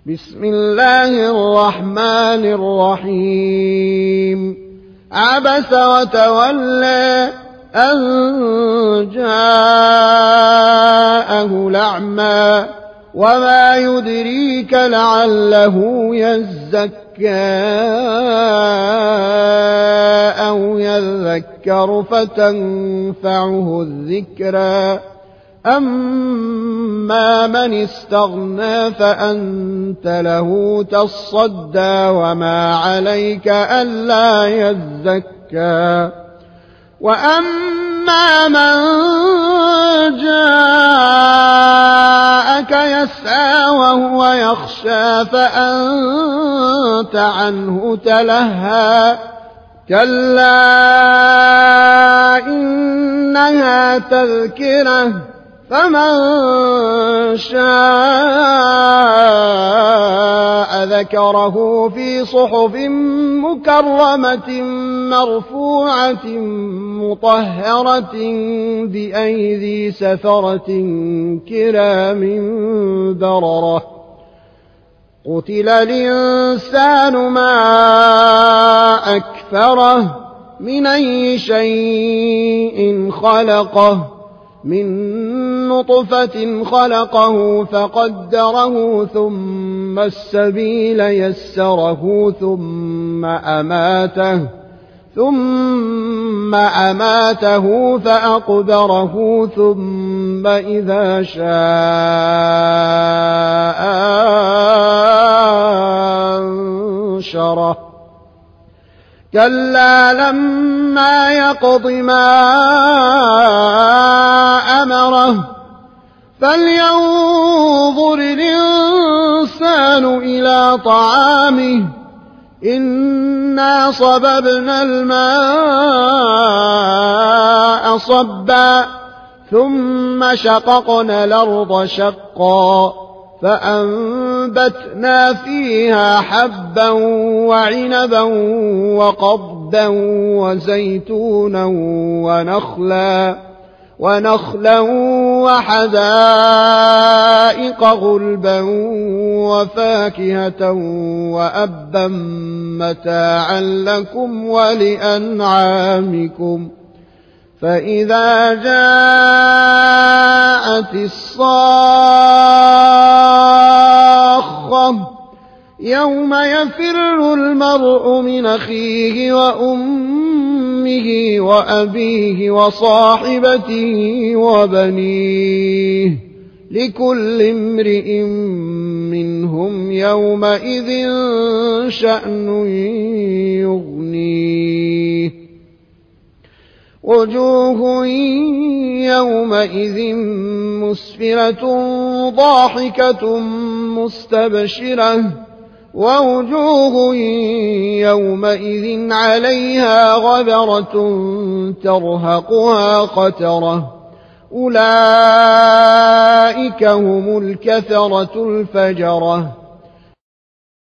بسم الله الرحمن الرحيم عبس وتولى أن جاءه الأعمى وما يدريك لعله يزكى أو يذكر فتنفعه الذكرى أما من استغنى فأنت له تصدى وما عليك ألا يزكى وأما من جاءك يسعى وهو يخشى فأنت عنه تلهى كلا إنها تذكرة فمن شاء ذكره في صحف مكرمة مرفوعة مطهرة بأيدي سفرة كرام بررة قتل الإنسان ما أكفره من أي شيء خلقه من نطفة خلقه فقدره ثم السبيل يسره ثم أماته فأقبره ثم إذا شاء أنشره كلا لما يقض ما أمره فلينظر الإنسان إلى طعامه إنا صببنا الماء صبا ثم شققنا الأرض شقا فأنبتنا فيها حبا وعنبا وقضبا وزيتونا ونخلا وحدائق غلبا وفاكهة وأبا متاعا لكم ولأنعامكم فإذا جاءت الصاخة يوم يفر المرء من أخيه وأمه وأبيه وصاحبته وبنيه لكل امرئ منهم يومئذ شأن يغنيه وجوه يومئذ مسفرة ضاحكة مستبشرة ووجوه يومئذ عليها غبرة ترهقها قترة أولئك هم الكفرة الفجرة